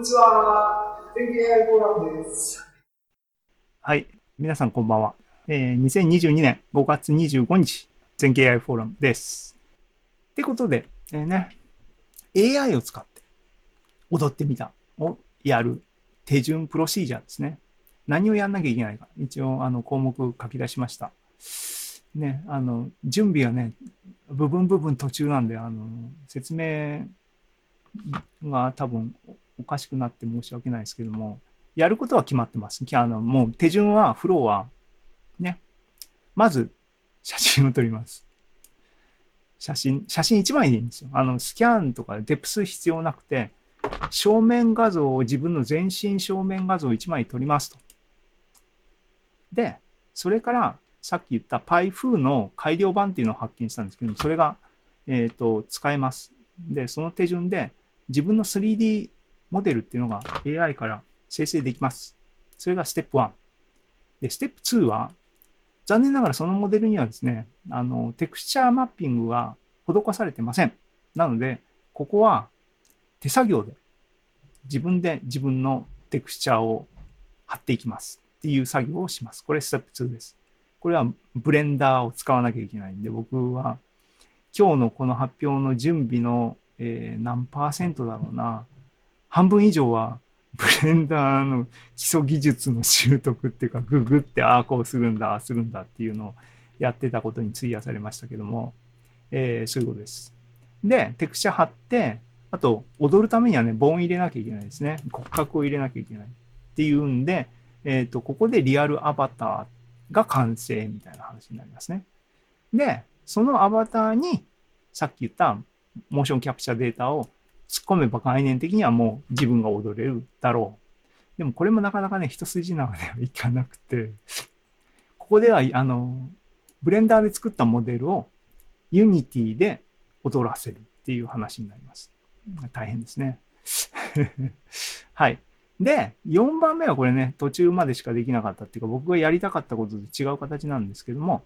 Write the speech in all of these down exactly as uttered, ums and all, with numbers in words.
にちは。天気 エーアイ フォーラムです。 はい。皆さんこんばんは。えー、にせんにじゅうにねんごがつにじゅうごにち、全経 エーアイ フォーラムです。ってことで、えー、ね、エーアイ を使って踊ってみたをやる手順プロシージャーですね。何をやんなきゃいけないか。一応、あの、項目書き出しました。ね、あの、準備はね、部分部分途中なんで、あの、説明が多分おかしくなって申し訳ないですけども、やることは決まってます。あの、もう手順は、フローは、ね、まず、写真を撮ります。写真、写真いちまいでいいんですよ。あの、スキャンとかデプス必要なくて、正面画像を自分の全身正面画像をいちまい撮りますと。で、それから、さっき言った PyFu の改良版っていうのを発見したんですけど、それが、えっ、ー、と、使えます。で、その手順で、自分の スリーディー モデルっていうのが エーアイ から生成できます。それがステップワン。で、ステップツーは、残念ながらそのモデルにはですね、あの、テクスチャーマッピングは施されてません。なので、ここは手作業で自分で自分のテクスチャーを貼っていきますっていう作業をします。これステップツーです。これはブレンダーを使わなきゃいけないんで、僕は今日のこの発表の準備の、えー何パーセントだろうな。半分以上はブレンダーの基礎技術の習得っていうか、ググってああこうするんだ、ああするんだっていうのをやってたことに費やされましたけども、えーそういうことです。で、テクスチャ貼って、あと、踊るためにはね、ボーン入れなきゃいけないですね。骨格を入れなきゃいけない。っていうんで、えっ、と、ここでリアルアバターが完成みたいな話になりますね。で、そのアバターに、さっき言ったモーションキャプチャーデータを突っ込めば概念的にはもう自分が踊れるだろう。でもこれもなかなかね、一筋縄ではいかなくて、ここでは、あの、ブレンダーで作ったモデルをユニティで踊らせるっていう話になります。大変ですね。はい。で、よんばんめはこれね、途中までしかできなかったっていうか、僕がやりたかったことと違う形なんですけども、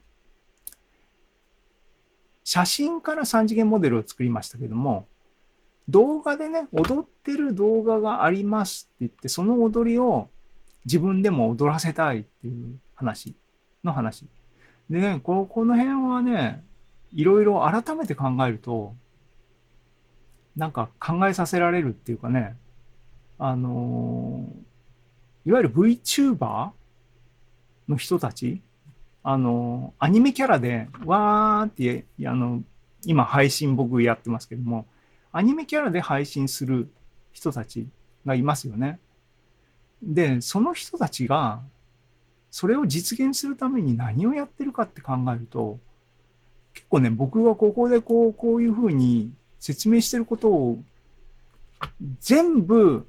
写真からさん次元モデルを作りましたけども、動画でね、踊ってる動画がありますって言って、その踊りを自分でも踊らせたいっていう話の話。でね、ここの辺はね、いろいろ改めて考えると、なんか考えさせられるっていうかね、あのーいわゆる VTuber の人たち、あのーアニメキャラで、わーって、あの、今配信僕やってますけども、アニメキャラで配信する人たちがいますよね。で、その人たちが、それを実現するために何をやってるかって考えると、結構ね、僕がここでこう、こういうふうに説明してることを全部、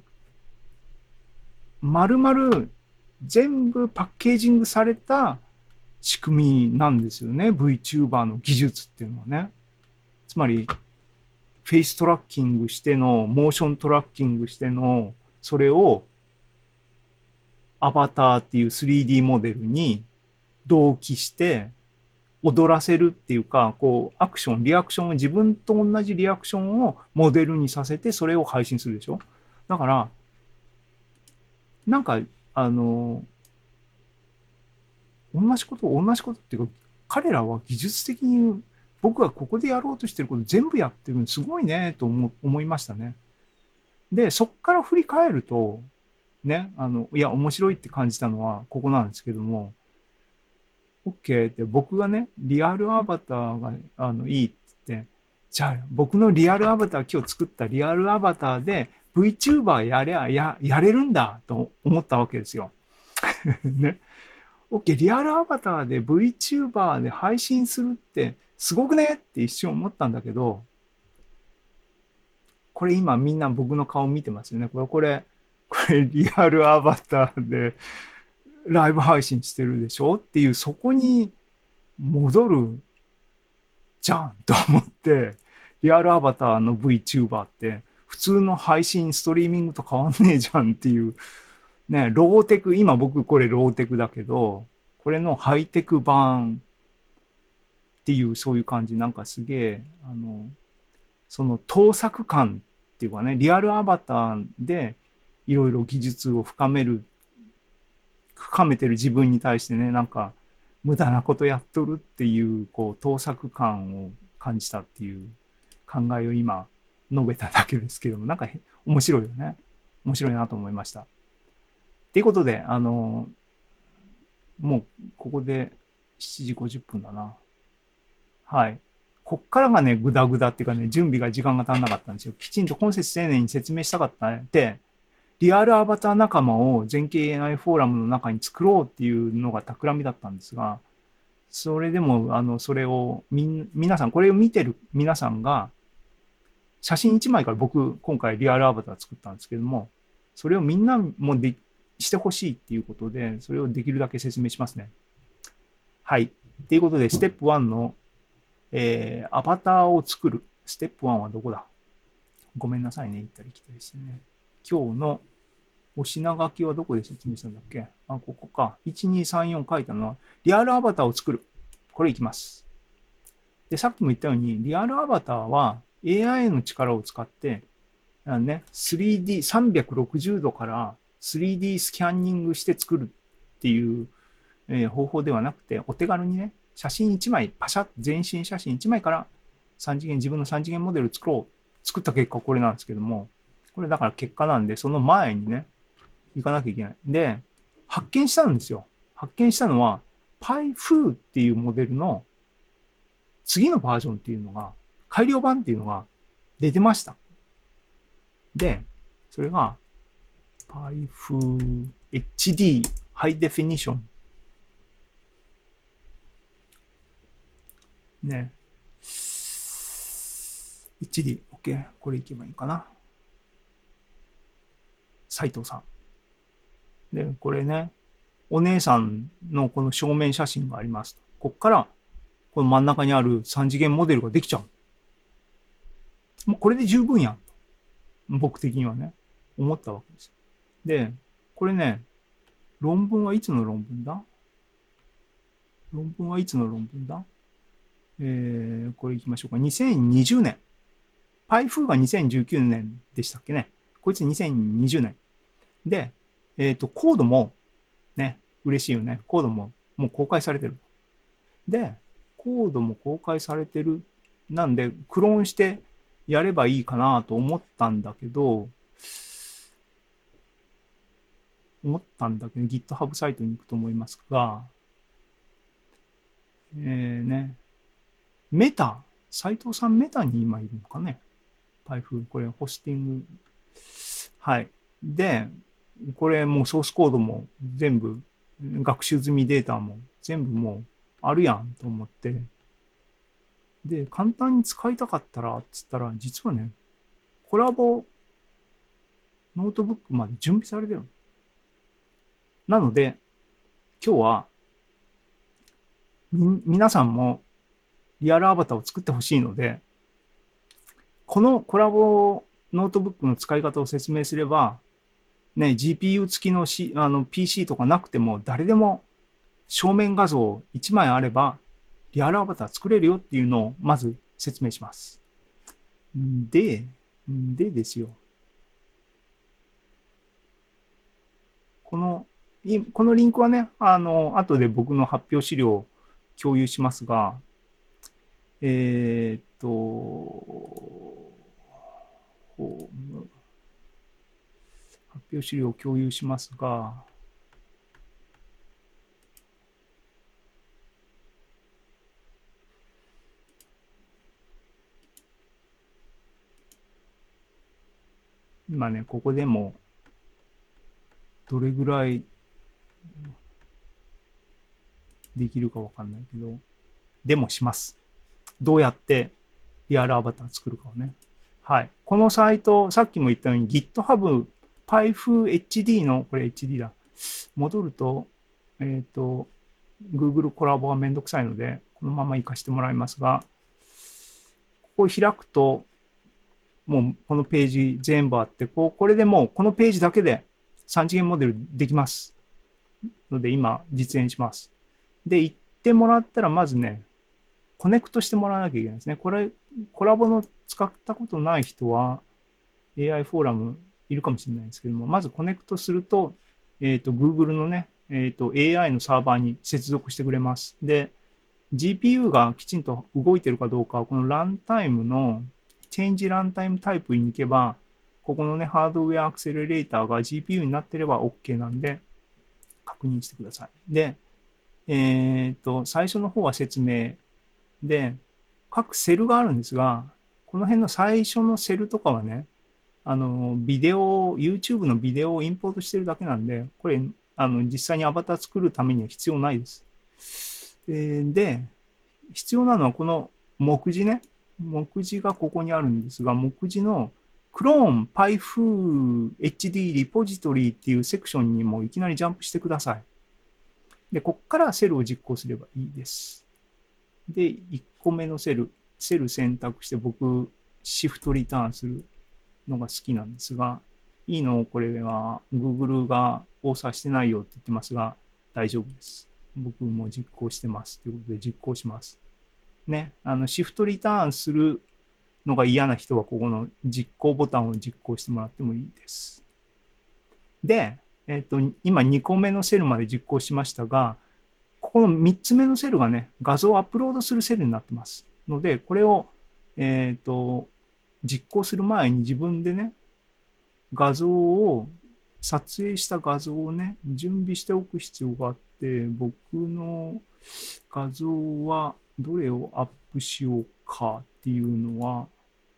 丸々、全部パッケージングされた仕組みなんですよね。VTuber の技術っていうのはね。つまり、フェイストラッキングしての、モーショントラッキングしての、それをアバターっていう スリーディー モデルに同期して踊らせるっていうか、こう、アクション、リアクションを自分と同じリアクションをモデルにさせて、それを配信するでしょ。だから、なんか、あの、同じこと、同じことっていうか、彼らは技術的に僕がここでやろうとしてること全部やってるのすごいねと思思いましたね。で、そっから振り返ると、ね、あの、いや、面白いって感じたのはここなんですけども、OK って僕がね、リアルアバターがあのいいって言って、じゃあ僕のリアルアバター、今日作ったリアルアバターで VTuber やれゃや、やれるんだと思ったわけですよ。ね。OK、リアルアバターで VTuber で配信するってすごくねって一瞬思ったんだけど、これ今みんな僕の顔見てますよね。これ、これ、これリアルアバターでライブ配信してるでしょっていう、そこに戻るじゃんと思って、リアルアバターの VTuber って普通の配信、ストリーミングと変わんねえじゃんっていう、ね、ローテク、今僕これローテクだけど、これのハイテク版っていうそういう感じ、なんかすげえ、あの、その盗作感っていうかね、リアルアバターでいろいろ技術を深める、深めてる自分に対してね、なんか無駄なことやっとるっていう、こう、盗作感を感じたっていう考えを今述べただけですけども、なんか面白いよね。面白いなと思いました。っていうことで、あの、もうここでしちじごじゅっぷんだな。はい。こっからがね、グダグダっていうかね、準備が時間が足んなかったんですよ。きちんと今節丁寧に説明したかったね。で、リアルアバター仲間を全景 エーアイ フォーラムの中に作ろうっていうのが企みだったんですが、それでも、あの、それをみん、皆さん、これを見てる皆さんが、写真いちまいから僕、今回リアルアバター作ったんですけども、それをみんなもでしてほしいっていうことで、それをできるだけ説明しますね。はい。ということで、ステップワンの、えー、アバターを作る。ステップワンはどこだ？ごめんなさいね。行ったり来たりしてね。今日のお品書きはどこで説明したんだっけ？あ、ここか。いち、に、さん、よん書いたのは、リアルアバターを作る。これいきます。で、さっきも言ったように、リアルアバターは エーアイ の力を使って、あのね、スリーディー、さんびゃくろくじゅうどから スリーディー スキャンニングして作るっていう、えー方法ではなくて、お手軽にね、写真いちまい、パシャッ、全身写真いちまいからさん次元、自分のさん次元モデルを作ろう。作った結果これなんですけども、これだから結果なんで、その前にね、行かなきゃいけない。で、発見したんですよ。発見したのは、パイフー っていうモデルの次のバージョンっていうのが、改良版っていうのが出てました。で、それが パイフー エイチディー High Definition ね。エイチディー、OK。これいけばいいかな。斉藤さん。で、これね、お姉さんのこの正面写真があります。こっから、この真ん中にあるさん次元モデルができちゃう。もうこれで十分やん。僕的にはね、思ったわけです。で、これね、論文はいつの論文だ論文はいつの論文だえー、これ行きましょうか。にせんにじゅうねん。パイフーがにせんじゅうきゅうねんでしたっけね。こいつにせんにじゅうねん。で、えっ、と、コードも、ね、嬉しいよね。コードももう公開されてる。で、コードも公開されてる。なんで、クローンしてやればいいかなと思ったんだけど、思ったんだけど、GitHub サイトに行くと思いますが、えーね、メタ、斉藤さんメタに今いるのかね。パイフー、これホスティング。はい。で、これもうソースコードも全部、学習済みデータも全部もうあるやんと思って。で、簡単に使いたかったら、つったら、実はね、コラボノートブックまで準備されてる。なので、今日は、み、皆さんもリアルアバターを作ってほしいので、このコラボノートブックの使い方を説明すれば、ね、ジーピーユー 付きの、C、あの ピーシー とかなくても、誰でも正面画像いちまいあれば、リアルアバター作れるよっていうのをまず説明します。で、でですよ。この、このリンクはね、あの、後で僕の発表資料を共有しますが、えー、っと、発表資料を共有しますが、今ね、ここでも、どれぐらいできるかわかんないけど、でもします。どうやってリアルアバター作るかをね。はい。このサイト、さっきも言ったように GitHub、パイフー エイチディー の、これ エイチディー だ。戻ると、えっ、ー、と、Google コラボはめんどくさいので、このまま活かしてもらいますが、ここを開くと、もうこのページ全部あって、こうこれでもうこのページだけでさん次元モデルできます。ので今実演します。で、行ってもらったらまずね、コネクトしてもらわなきゃいけないですね。これ、コラボの使ったことない人は エーアイ フォーラムいるかもしれないですけども、まずコネクトすると、えっと、Google のね、えっと、エーアイ のサーバーに接続してくれます。で、ジーピーユー がきちんと動いてるかどうか、このランタイムの Change Runtime Type に行けば、ここのね、ハードウェアアクセレレーターが ジーピーユー になってれば OK なんで、確認してください。で、えっと、最初の方は説明で、各セルがあるんですが、この辺の最初のセルとかはね、あの、ビデオ、YouTube のビデオをインポートしてるだけなんで、これ、あの、実際にアバター作るためには必要ないです。えーで、必要なのはこの目次ね。目次がここにあるんですが、目次のクローン PyFuEHD リポジトリっていうセクションにもいきなりジャンプしてください。で、ここからセルを実行すればいいです。で、いっこめのセル、セル選択して僕、シフトリターンするのが好きなんですが、いいのこれは Google がオーサーしてないよって言ってますが、大丈夫です。僕も実行してます。ということで実行します。ね、あの、シフトリターンするのが嫌な人は、ここの実行ボタンを実行してもらってもいいです。で、えっと、今にこめのセルまで実行しましたが、ここのみっつめのセルがね、画像をアップロードするセルになってますので、これを、えっと、実行する前に自分でね、画像を、撮影した画像をね、準備しておく必要があって、僕の画像はどれをアップしようかっていうのは、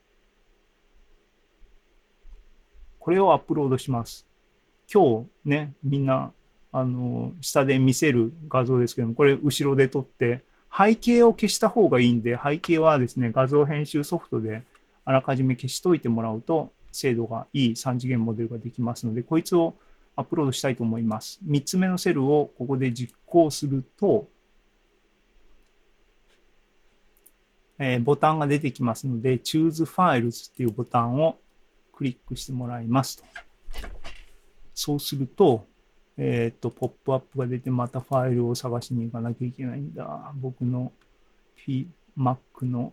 これをアップロードします。今日ね、みんな、あの、下で見せる画像ですけども、これ後ろで撮って、背景を消した方がいいんで、背景はですね、画像編集ソフトであらかじめ消しといてもらうと、精度がいいさん次元モデルができますので、こいつをアップロードしたいと思います。みっつめのセルをここで実行すると、えーボタンが出てきますので、Choose Files っていうボタンをクリックしてもらいますと。そうすると、えっと、ポップアップが出て、またファイルを探しに行かなきゃいけないんだ。僕の Mac の、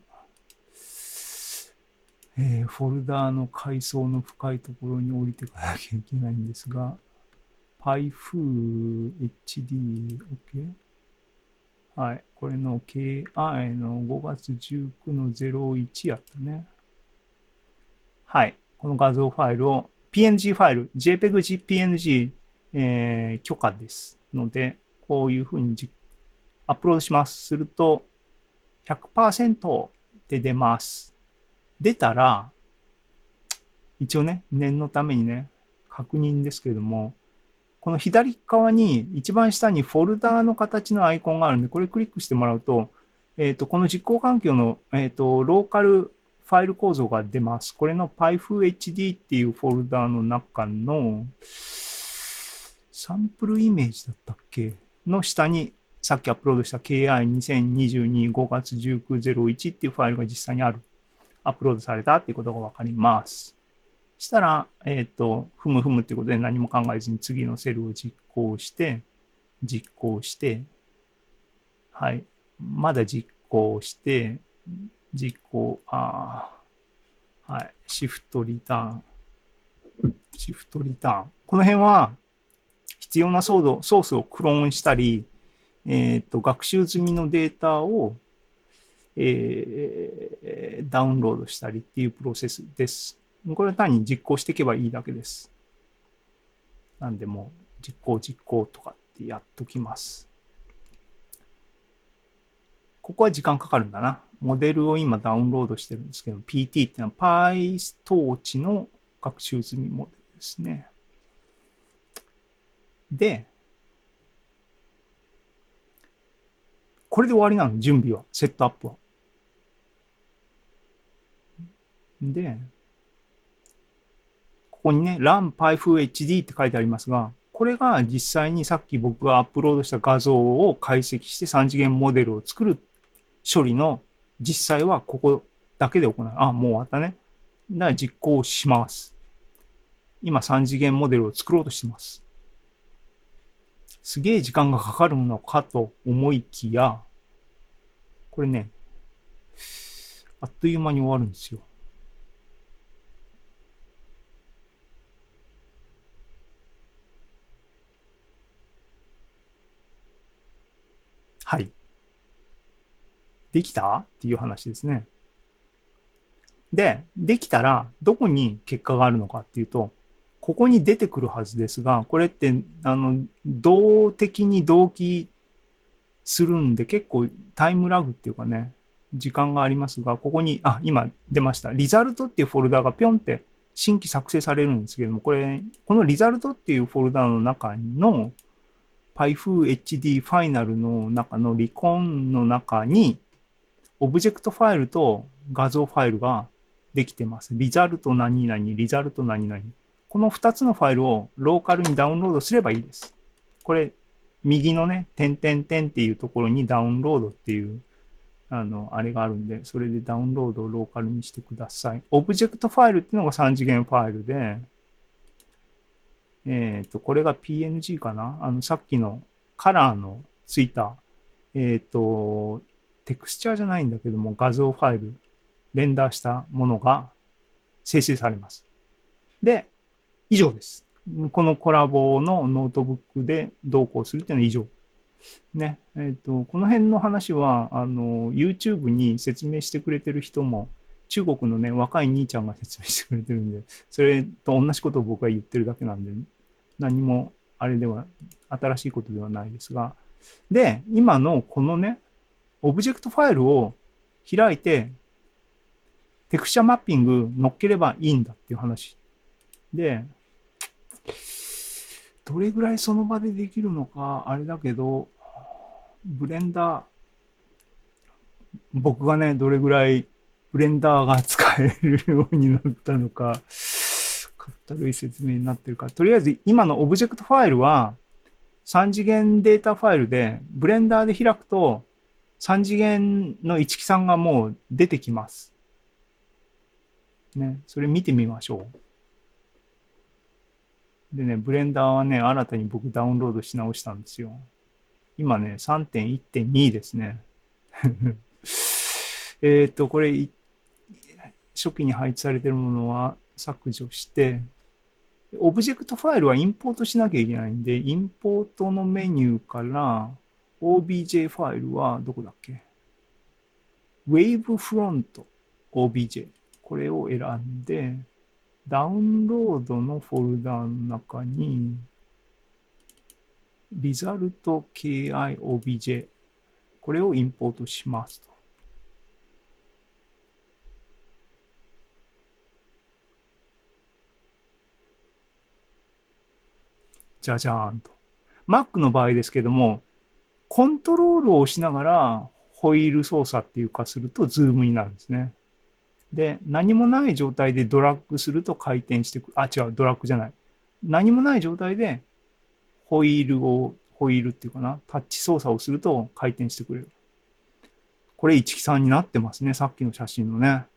えーフォルダーの階層の深いところに降りていかなきゃいけないんですが、PyFuEHD、OK？ はい。これの ケーアイ のごがつじゅうくのゼロいちやったね。はい。この画像ファイルを ピーエヌジー ファイル、JPEG-ピーエヌジー、えー、許可ですので、こういうふうにアップロードします。すると、ひゃくパーセント で出ます。出たら、一応ね、念のためにね、確認ですけれども、この左側に一番下にフォルダーの形のアイコンがあるんで、これクリックしてもらうと、えっと、この実行環境の、えっと、ローカルファイル構造が出ます。これの PyFuEHD っていうフォルダーの中のサンプルイメージだったっけの下にさっきアップロードした ケーアイにせんにじゅうに ごがつじゅうく ゼロいちっていうファイルが実際にある。アップロードされたっていうことがわかります。したら、えっと、ふむふむっていうことで何も考えずに次のセルを実行して、実行して、はい。まだ実行して、実行、ああ、はい。シフトリターン。シフトリターン。この辺は必要なソースをクローンしたり、えっと、学習済みのデータを、えーダウンロードしたりっていうプロセスです。これは単に実行していけばいいだけです。なんでもう実行実行とかってやっときます。ここは時間かかるんだな。モデルを今ダウンロードしてるんですけど、ピーティー っていうのは PyTorch の学習済みモデルですね。で、これで終わりなの、準備は、セットアップは。で、ここにね、runPyFuEHD って書いてありますが、これが実際にさっき僕がアップロードした画像を解析してさん次元モデルを作る処理の実際はここだけで行う。あ、もう終わったね。だから実行します。今さん次元モデルを作ろうとしています。すげえ時間がかかるのかと思いきや、これね、あっという間に終わるんですよ。 はい。できたっていう話ですね。で、できたら、どこに結果があるのかっていうと、ここに出てくるはずですが、これって、あの、動的に同期するんで、結構タイムラグっていうかね、時間がありますが、ここに、あ、今出ました。リザルトっていうフォルダがぴょんって新規作成されるんですけども、これ、このリザルトっていうフォルダの中の PyFuEHD ファイナルの中のリコンの中に、オブジェクトファイルと画像ファイルができてます。リザルト何々、リザルト何々。このふたつのファイルをローカルにダウンロードすればいいです。これ、右のね、点々点っていうところにダウンロードっていう、あの、あれがあるんで、それでダウンロードをローカルにしてください。オブジェクトファイルっていうのがさん次元ファイルで、えっ、ー、と、これが ピーエヌジー かなあの、さっきのカラーのついた、えっ、ー、と、テクスチャーじゃないんだけども、画像ファイル、レンダーしたものが生成されます。で、以上です。このコラボのノートブックで同行するっていうのは以上。ね。えっ、ー、と、この辺の話は、あの、YouTube に説明してくれてる人も、中国のね、若い兄ちゃんが説明してくれてるんで、それと同じことを僕が言ってるだけなんで、何もあれでは、新しいことではないですが、で、今のこのね、オブジェクトファイルを開いて、テクスチャマッピング乗っければいいんだっていう話。で、どれぐらいその場でできるのか、あれだけど、ブレンダー、僕がね、どれぐらいブレンダーが使えるようになったのか、かったるい説明になってるか。とりあえず、今のオブジェクトファイルは、さん次元データファイルで、ブレンダーで開くと、さん次元の一木さんがもう出てきます。ね、それ見てみましょう。でね、ブレンダーはね、新たに僕ダウンロードし直したんですよ。今ね、さんてんいってんに ですね。えっと、これ、初期に配置されているものは削除して、オブジェクトファイルはインポートしなきゃいけないんで、インポートのメニューから、オービージェー ファイルはどこだっけ ?Wavefront オービージェー。これを選んで、ダウンロードのフォルダの中に、リザルト ケーアイオービージェー。これをインポートしますと。じゃじゃーんと。Mac の場合ですけども、コントロールを押しながらホイール操作っていうかするとズームになるんですね。で、何もない状態でドラッグすると回転してくる。あ、違う、ドラッグじゃない。何もない状態でホイールを、ホイールっていうかな、タッチ操作をすると回転してくれる。これ一木さんになってますね。さっきの写真のね。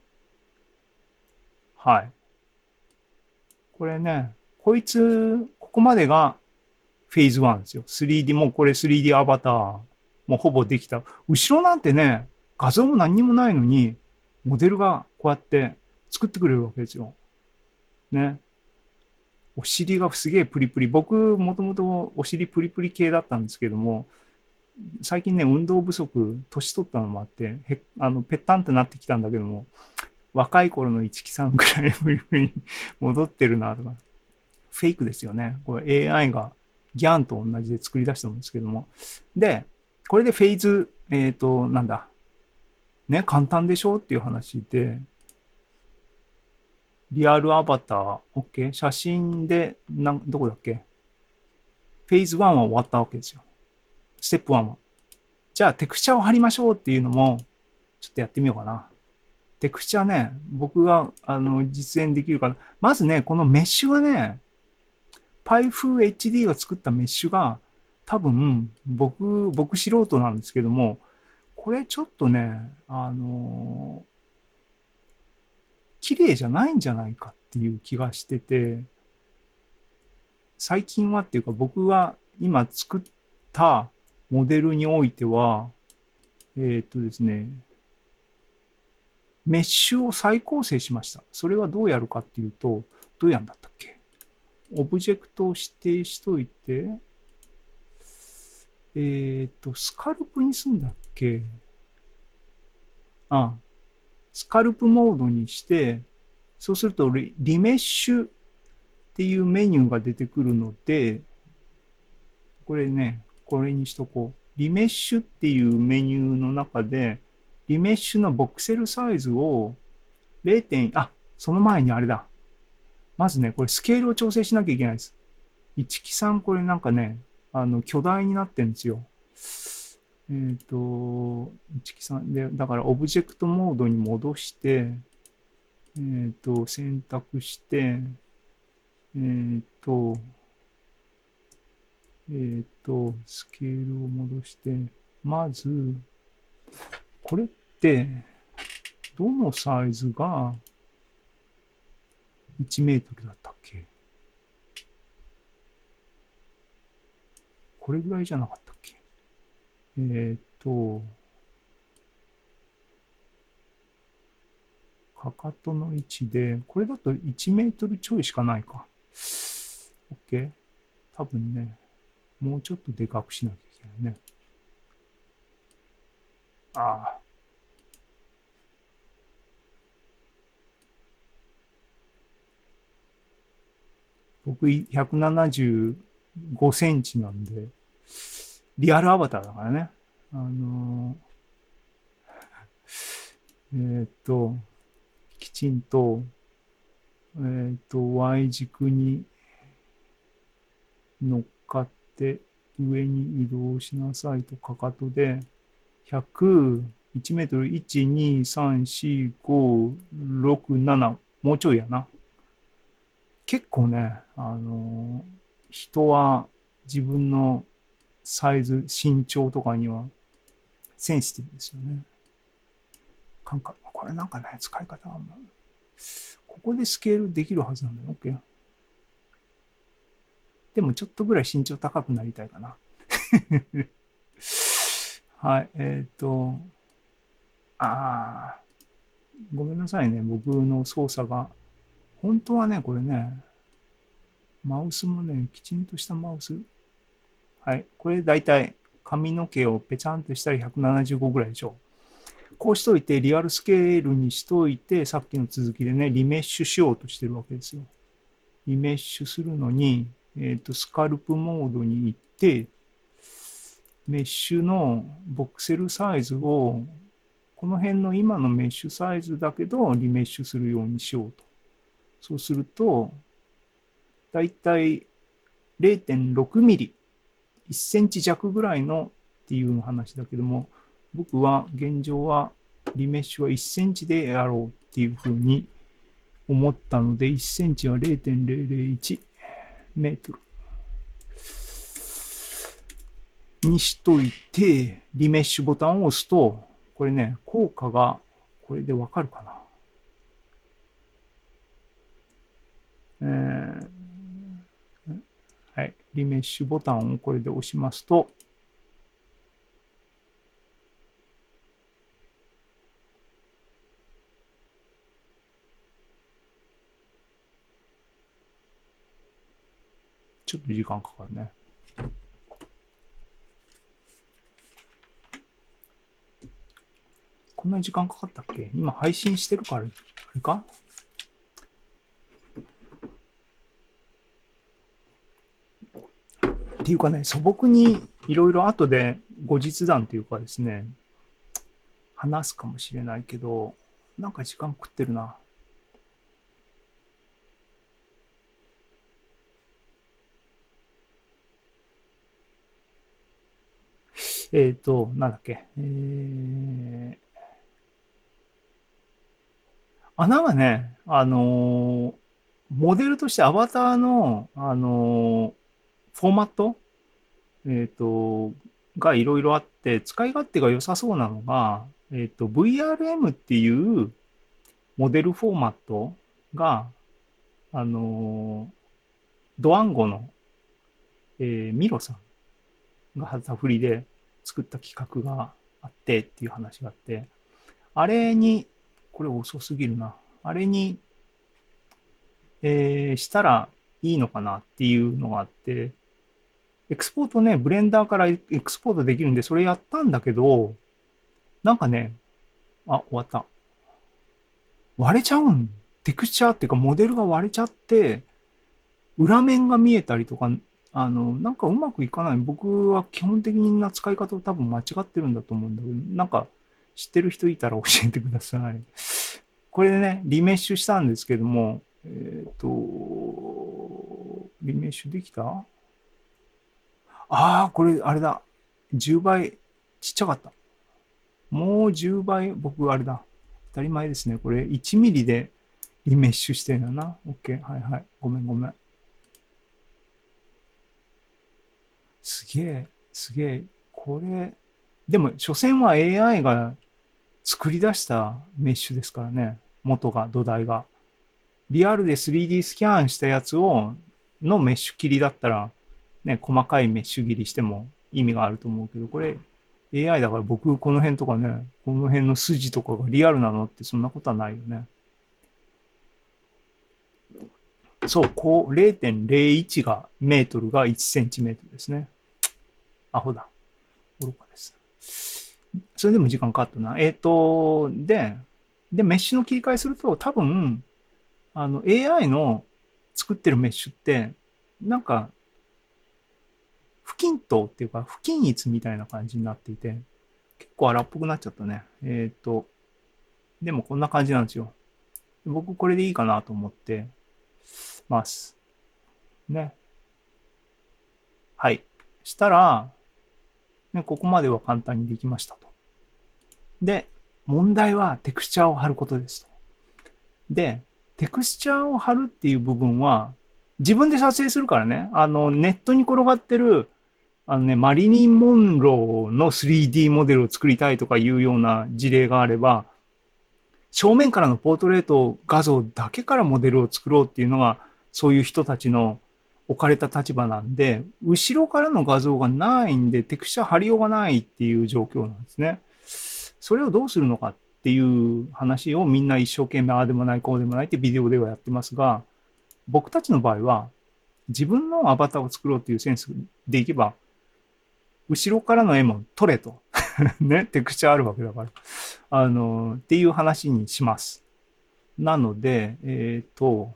はい。これね、こいつ、ここまでがフェーズワンですよ。スリーディー、もうこれ スリーディー アバター、もうほぼできた。後ろなんてね、画像も何にもないのに、モデルがこうやって作ってくれるわけですよ。ね。お尻がすげえプリプリ。僕、もともとお尻プリプリ系だったんですけども、最近ね、運動不足、年取ったのもあって、へあの、ぺったんってなってきたんだけども、若い頃の一木さんくらいプリプリに戻ってるなとか。フェイクですよね。これ エーアイ がギャンと同じで作り出したんですけども。で、これでフェーズ、えっ、ー、と、なんだ。ね、簡単でしょっていう話で、リアルアバター、OK。写真で、なん、どこだっけフェーズワンは終わったわけですよ。ステップワンは。じゃあ、テクスチャーを貼りましょうっていうのも、ちょっとやってみようかな。テクスチャーね、僕が、あの、実演できるかな。まずね、このメッシュはね、PyFuEHD が作ったメッシュが、多分、僕、僕素人なんですけども、これちょっとね、あの綺麗じゃないんじゃないかっていう気がしてて、最近はっていうか僕が今作ったモデルにおいては、えーっとですね、メッシュを再構成しました。それはどうやるかっていうと、どうやんだったっけオブジェクトを指定しといて、 えっと、スカルプにすんだっけ？あ、スカルプモードにして、そうするとリリメッシュっていうメニューが出てくるので、これね、これにしとこう。リメッシュっていうメニューの中で、リメッシュのボクセルサイズをれいてん、あ、その前にあれだ。まずね、これスケールを調整しなきゃいけないです。いちキさんこれなんかね、あの、巨大になってるんですよ。えっ、ー、と、いちキさんで、だからオブジェクトモードに戻して、えっ、ー、と、選択して、えっ、ー、と、えっ、ー、と、スケールを戻して、まず、これって、どのサイズがいちメートルだったっけ？これぐらいじゃなかったっけ？えっ、と、かかとの位置で、これだといちメートルちょいしかないか。OK？ 多分ね、もうちょっとでかくしなきゃいけないね。ああ。僕ひゃくななじゅうごセンチなんで、リアルアバターだからね。あのー、えっ、と、きちんと、えっ、と、Y 軸に乗っかって上に移動しなさいとかかとで、ひゃく、いちメートルいち、に、さん、よん、ご、ろく、なな、もうちょいやな。結構ね、あのー人は自分のサイズ、身長とかにはセンシティブですよね。感覚。これなんかね、使い方は、ここでスケールできるはずなんだよ。OK。でもちょっとぐらい身長高くなりたいかな。はい。えっ、ー、と、ああ、ごめんなさいね。僕の操作が。本当はね、これね、マウスもね、きちんとしたマウス。はい。これだいたい髪の毛をペチャンとしたらひゃくななじゅうごぐらいでしょう。こうしといて、リアルスケールにしといて、さっきの続きでね、リメッシュしようとしてるわけですよ。リメッシュするのに、えっ、ー、と、スカルプモードに行って、メッシュのボクセルサイズを、この辺の今のメッシュサイズだけど、リメッシュするようにしようと。そうすると、だいたいれいてんろくミリ、いっセンチ弱ぐらいのっていう話だけども、僕は現状はリメッシュはいっセンチでやろうっていうふうに思ったので、いっセンチは れいてんぜろぜろいちメートルにしといて、リメッシュボタンを押すと、これね、効果がこれでわかるかな。えーはい、リメッシュボタンをこれで押しますと、ちょっと時間かかるね。こんなに時間かかったっけ？今配信してるから、あれか？っていうかね、素朴にいろいろ後で後日談というかですね、話すかもしれないけど、なんか時間食ってるな。えっ、ー、と、なんだっけ。えー、穴はね、あのーモデルとしてアバターの、あのーフォーマット、えっ、ー、と、がいろいろあって、使い勝手が良さそうなのが、えっ、ー、と、ブイアールエム っていうモデルフォーマットが、あのードワンゴの、えーミロさんが旗振りで作った企画があってっていう話があって、あれに、これ遅すぎるな。あれに、えーしたらいいのかなっていうのがあって、 エクスポートね、ブレンダーからエクスポートできるんで、それやったんだけど、なんかね、あ、終わった。割れちゃうん。テクスチャーっていうか、モデルが割れちゃって、裏面が見えたりとか、あの、なんかうまくいかない。僕は基本的な使い方を多分間違ってるんだと思うんだけど、なんか知ってる人いたら教えてください。これでね、リメッシュしたんですけども、えっ、と、リメッシュできた？ああー、これあれだ。じゅうばいちっちゃかった。もうじゅうばい、僕あれだ。当たり前ですね。これいちミリでリメッシュしてるんだな。OK。はいはい。ごめんごめん。すげえ、すげえ。これ、でも、所詮は エーアイ が作り出したメッシュですからね。元が、土台が。リアルで スリーディー スキャンしたやつを、のメッシュ切りだったら、ね、細かいメッシュ切りしても意味があると思うけど、これ エーアイ だから僕この辺とかね、この辺の筋とかがリアルなのってそんなことはないよね。そう、こう れいてんれいいち がメートルがいちセンチメートルですね。アホだ。愚かです。それでも時間かかったな。えっ、ー、と、で、で、メッシュの切り替えすると、多分、あの、エーアイ の作ってるメッシュって、なんか、不均等っていうか、不均一みたいな感じになっていて、結構荒っぽくなっちゃったね。えっ、ー、と、でもこんな感じなんですよ。僕これでいいかなと思ってます。ね。はい。したら、ね、ここまでは簡単にできましたと。で、問題はテクスチャーを貼ることですと。で、テクスチャーを貼るっていう部分は、自分で撮影するからね、あの、ネットに転がってる、あのね、マリリン・モンローの スリーディー モデルを作りたいとかいうような事例があれば、正面からのポートレート画像だけからモデルを作ろうっていうのが、そういう人たちの置かれた立場なんで、後ろからの画像がないんで、テクスチャー貼りようがないっていう状況なんですね。それをどうするのかっていう話をみんな一生懸命ああでもないこうでもないってビデオではやってますが、僕たちの場合は自分のアバターを作ろうっていうセンスでいけば、後ろからの絵も撮れと。ね、テクスチャーあるわけだから。あの、っていう話にします。なので、えっ、ー、と、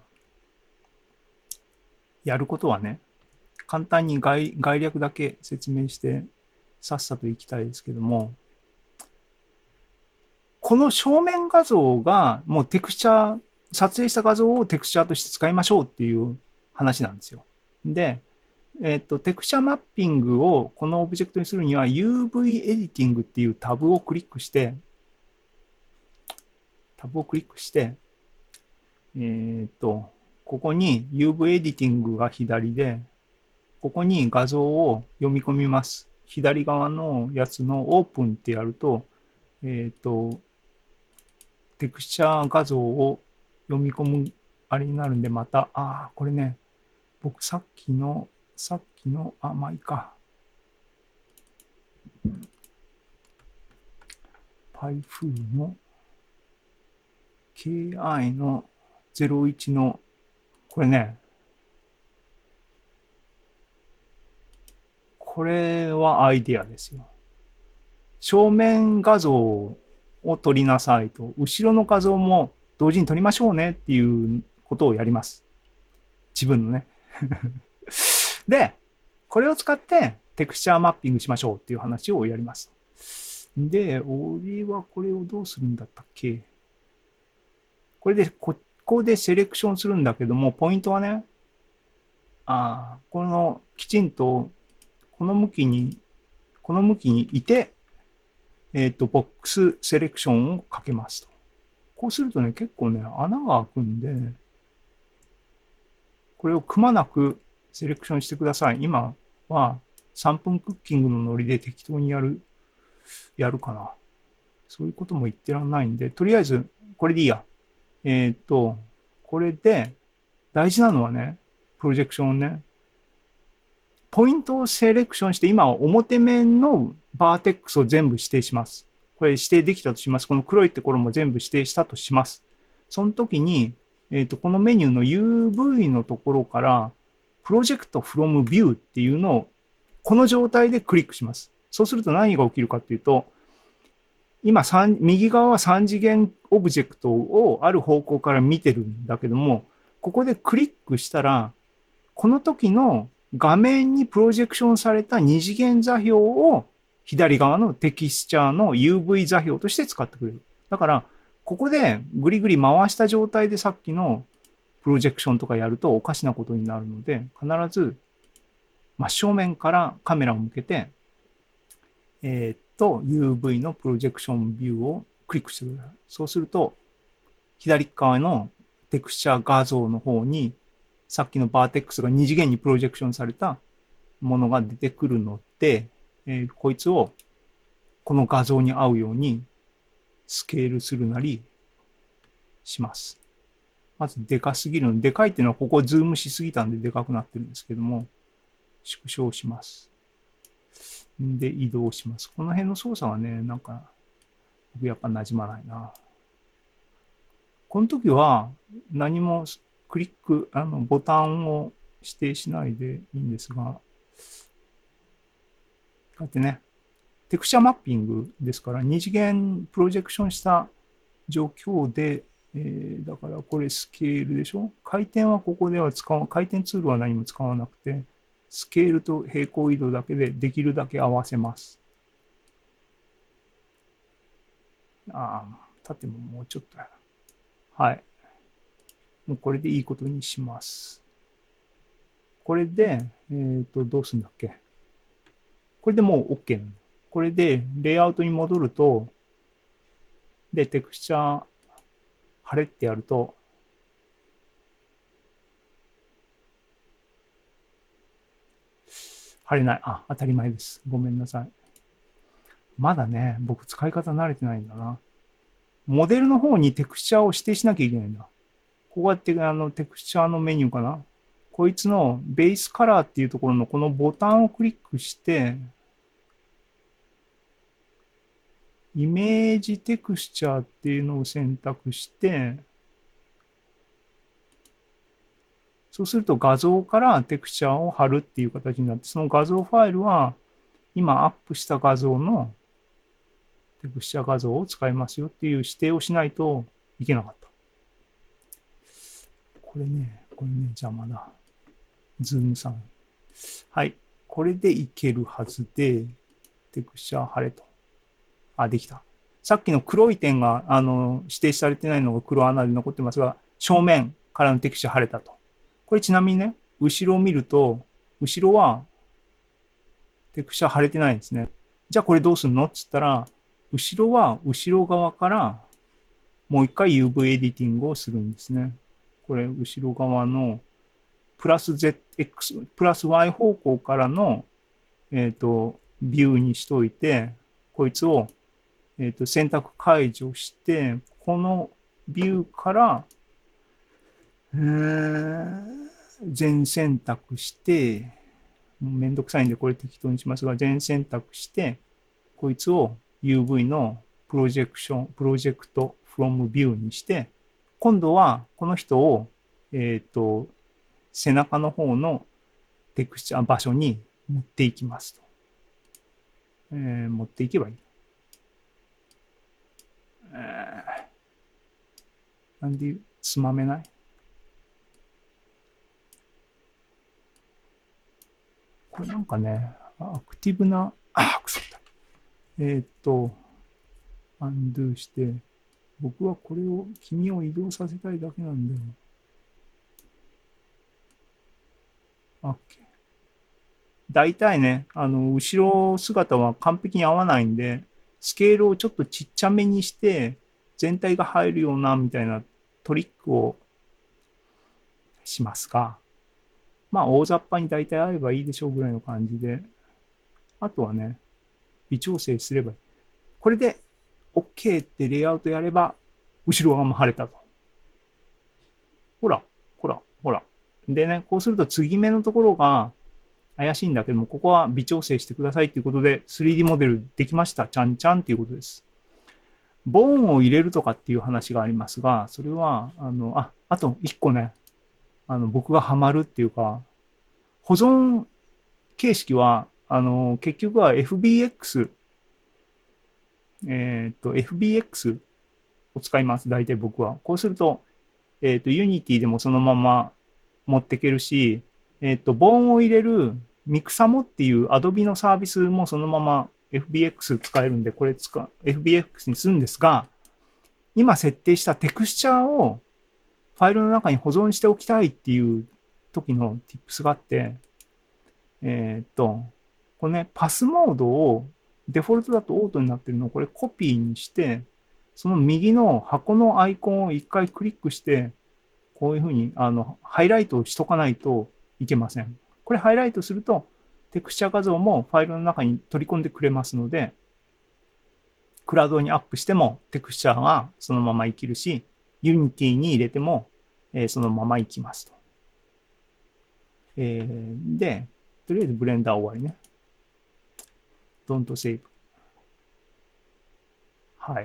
やることはね、簡単に 概, 概略だけ説明してさっさといきたいですけども、この正面画像がもうテクスチャー、撮影した画像をテクスチャーとして使いましょうっていう話なんですよ。で、えっと、テクスチャーマッピングをこのオブジェクトにするには ユーブイ エディティングっていうタブをクリックして、タブをクリックして、えっと、ここに ユーブイ エディティングが左で、ここに画像を読み込みます。左側のやつのオープンってやると、えっと、テクスチャー画像を読み込むあれになるんで、また、ああ、これね、僕さっきの、さっきの、あ、まあいいか。Pyfoo の ケーアイ のゼロいちの、これね、これはアイディアですよ。正面画像を撮りなさいと、後ろの画像も同時に撮りましょうねっていうことをやります。自分のね。で、これを使ってテクスチャーマッピングしましょうっていう話をやります。で、俺はこれをどうするんだったっけ？これで、ここでセレクションするんだけども、ポイントはね、あこのきちんとこの向きに、この向きにいて、えっ、ー、と、ボックスセレクションをかけますと。こうするとね、結構ね、穴が開くんで、これをくまなくセレクションしてください。今はさんぷんクッキングのノリで適当にやる、やるかな。そういうことも言ってらんないんで、とりあえず、これでいいや。えっ、ー、と、これで、大事なのはね、プロジェクションね、ポイントをセレクションして、今は表面のバーテックスを全部指定します。これ指定できたとします。この黒いところも全部指定したとします。その時に、えっと、このメニューの ユーブイ のところから、プロジェクト from view っていうのをこの状態でクリックします。そうすると何が起きるかっていうと、今三、右側はさん次元オブジェクトをある方向から見てるんだけども、ここでクリックしたら、この時の画面にプロジェクションされたに次元座標を左側のテキスチャーの ユーブイ 座標として使ってくれる。だから、ここでぐりぐり回した状態でさっきのプロジェクションとかやるとおかしなことになるので、必ず真正面からカメラを向けて、えー、っと、ユーブイ のプロジェクションビューをクリックしてください。そうすると、左側のテクスチャー画像の方に、さっきのバーテックスがに次元にプロジェクションされたものが出てくるので、えー、こいつをこの画像に合うようにスケールするなりします。まずでかすぎるので、でかいっていうのはここズームしすぎたんででかくなってるんですけども、縮小します。で、移動します。この辺の操作はね、なんか、僕やっぱ馴染まないな。この時は何もクリック、あの、ボタンを指定しないでいいんですが、こうやってね、テクスチャマッピングですから、二次元プロジェクションした状況で、えー、だからこれスケールでしょ？回転はここでは使わ、回転ツールは何も使わなくて、スケールと平行移動だけでできるだけ合わせます。ああ、縦ももうちょっとやな。はい。もうこれでいいことにします。これで、えっ、ー、と、どうするんだっけ？これでもう OK なの。これで、レイアウトに戻ると、で、テクスチャー、晴れってやると、晴れない。あ、当たり前です。ごめんなさい。まだね、僕使い方慣れてないんだな。モデルの方にテクスチャーを指定しなきゃいけないんだ。こうやってあのテクスチャーのメニューかな。こいつのベースカラーっていうところのこのボタンをクリックして、イメージテクスチャーっていうのを選択して、そうすると画像からテクスチャーを貼るっていう形になって、その画像ファイルは今アップした画像のテクスチャー画像を使いますよっていう指定をしないといけなかった。これね、これね、邪魔だ。ズームさん。はい。これでいけるはずで、テクスチャー貼れと。あ、できた。さっきの黒い点が、あの、指定されてないのが黒穴で残ってますが、正面からのテクスチャー貼れたと。これちなみにね、後ろを見ると、後ろはテクスチャー貼れてないんですね。じゃあこれどうすんのっつったら、後ろは後ろ側からもう一回 ユーブイ エディティングをするんですね。これ後ろ側のプラス Z、X、プラス Y 方向からの、えっと、ビューにしといて、こいつを、えっと、選択解除して、このビューから、えー、全選択して、めんどくさいんでこれ適当にしますが、全選択して、こいつを ユーブイ のプロジェクション、プロジェクト from view にして、今度はこの人を、えっと、背中の方のテクスチャー場所に持っていきますと。えー、持っていけばいい。えー、なんでつまめない？これなんかね、アクティブな、あ、くそった。えー、っと、アンドゥして、僕はこれを、君を移動させたいだけなんだよ。OK。大体ね、あの、後ろ姿は完璧に合わないんで、スケールをちょっとちっちゃめにして、全体が入るような、みたいなトリックをしますが、まあ、大雑把に大体合えばいいでしょうぐらいの感じで、あとはね、微調整すればいい。これで OK ってレイアウトやれば、後ろ側も晴れたと。ほら、ほら、ほら。でね、こうすると継ぎ目のところが怪しいんだけども、ここは微調整してくださいということで、スリーディー モデルできました。ちゃんちゃんっていうことです。ボーンを入れるとかっていう話がありますが、それは、あの、あ、あと一個ね、あの、僕がハマるっていうか、保存形式は、 あの、結局は エフビーエックス、えっと、エフビーエックス を使います。大体僕は。こうすると、えっと、Unity でもそのまま持っていけるし、えっと、ボーンを入れるミクサモっていう Adobe のサービスもそのまま エフビーエックス 使えるんで、これ使う、エフビーエックス にするんですが、今設定したテクスチャーをファイルの中に保存しておきたいっていう時の tips があって、えーっと、これね、パスモードをデフォルトだとオートになってるのをこれコピーにして、その右の箱のアイコンを一回クリックして、こういうふうにあのハイライトをしとかないといけません。これハイライトすると、テクスチャ画像もファイルの中に取り込んでくれますので、クラウドにアップしてもテクスチャがそのまま生きるし、Unity に入れても、えーそのまま生きますと。えーで、とりあえずブレンダー終わりね。Don't save。はい。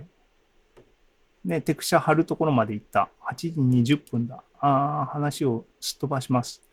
で、テクスチャ貼るところまで行った。はちじにじゅっぷんだ。あー、話をすっ飛ばします。